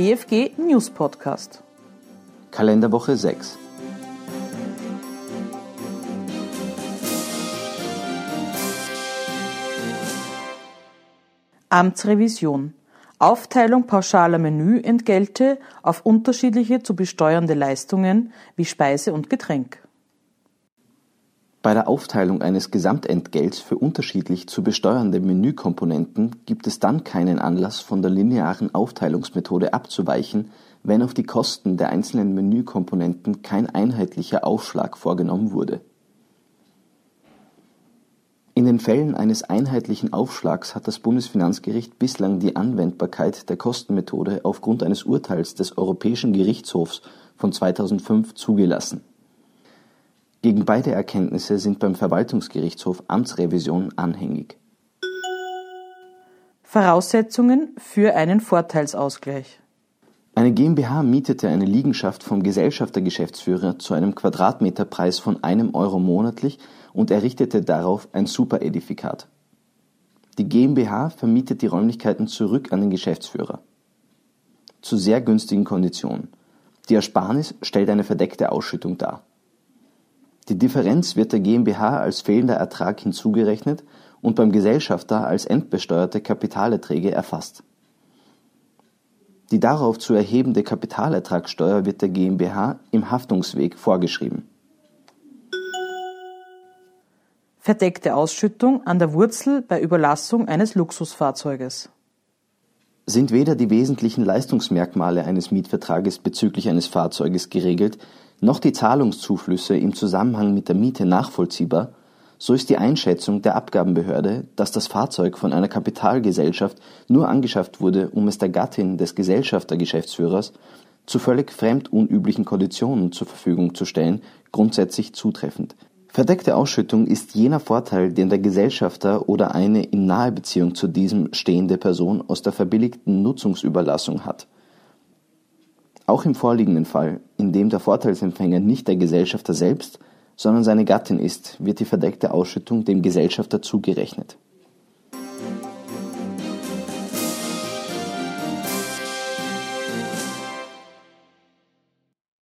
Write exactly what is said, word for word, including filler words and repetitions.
B F G News Podcast. Kalenderwoche sechs. Amtsrevision. Aufteilung pauschaler Menüentgelte auf unterschiedliche zu besteuernde Leistungen wie Speise und Getränk. Bei der Aufteilung eines Gesamtentgelts für unterschiedlich zu besteuernde Menükomponenten gibt es dann keinen Anlass, von der linearen Aufteilungsmethode abzuweichen, wenn auf die Kosten der einzelnen Menükomponenten kein einheitlicher Aufschlag vorgenommen wurde. In den Fällen eines einheitlichen Aufschlags hat das Bundesfinanzgericht bislang die Anwendbarkeit der Kostenmethode aufgrund eines Urteils des Europäischen Gerichtshofs von zweitausendfünf zugelassen. Gegen beide Erkenntnisse sind beim Verwaltungsgerichtshof Amtsrevisionen anhängig. Voraussetzungen für einen Vorteilsausgleich. Eine GmbH mietete eine Liegenschaft vom Gesellschaftergeschäftsführer zu einem Quadratmeterpreis von einem Euro monatlich und errichtete darauf ein Superedifikat. Die GmbH vermietet die Räumlichkeiten zurück an den Geschäftsführer. Zu sehr günstigen Konditionen. Die Ersparnis stellt eine verdeckte Ausschüttung dar. Die Differenz wird der GmbH als fehlender Ertrag hinzugerechnet und beim Gesellschafter als entbesteuerte Kapitalerträge erfasst. Die darauf zu erhebende Kapitalertragssteuer wird der GmbH im Haftungsweg vorgeschrieben. Verdeckte Ausschüttung an der Wurzel bei Überlassung eines Luxusfahrzeuges. Sind weder die wesentlichen Leistungsmerkmale eines Mietvertrages bezüglich eines Fahrzeuges geregelt, noch die Zahlungszuflüsse im Zusammenhang mit der Miete nachvollziehbar, so ist die Einschätzung der Abgabenbehörde, dass das Fahrzeug von einer Kapitalgesellschaft nur angeschafft wurde, um es der Gattin des Gesellschaftergeschäftsführers zu völlig fremdunüblichen Konditionen zur Verfügung zu stellen, grundsätzlich zutreffend. Verdeckte Ausschüttung ist jener Vorteil, den der Gesellschafter oder eine in naher Beziehung zu diesem stehende Person aus der verbilligten Nutzungsüberlassung hat. Auch im vorliegenden Fall, in dem der Vorteilsempfänger nicht der Gesellschafter selbst, sondern seine Gattin ist, wird die verdeckte Ausschüttung dem Gesellschafter zugerechnet.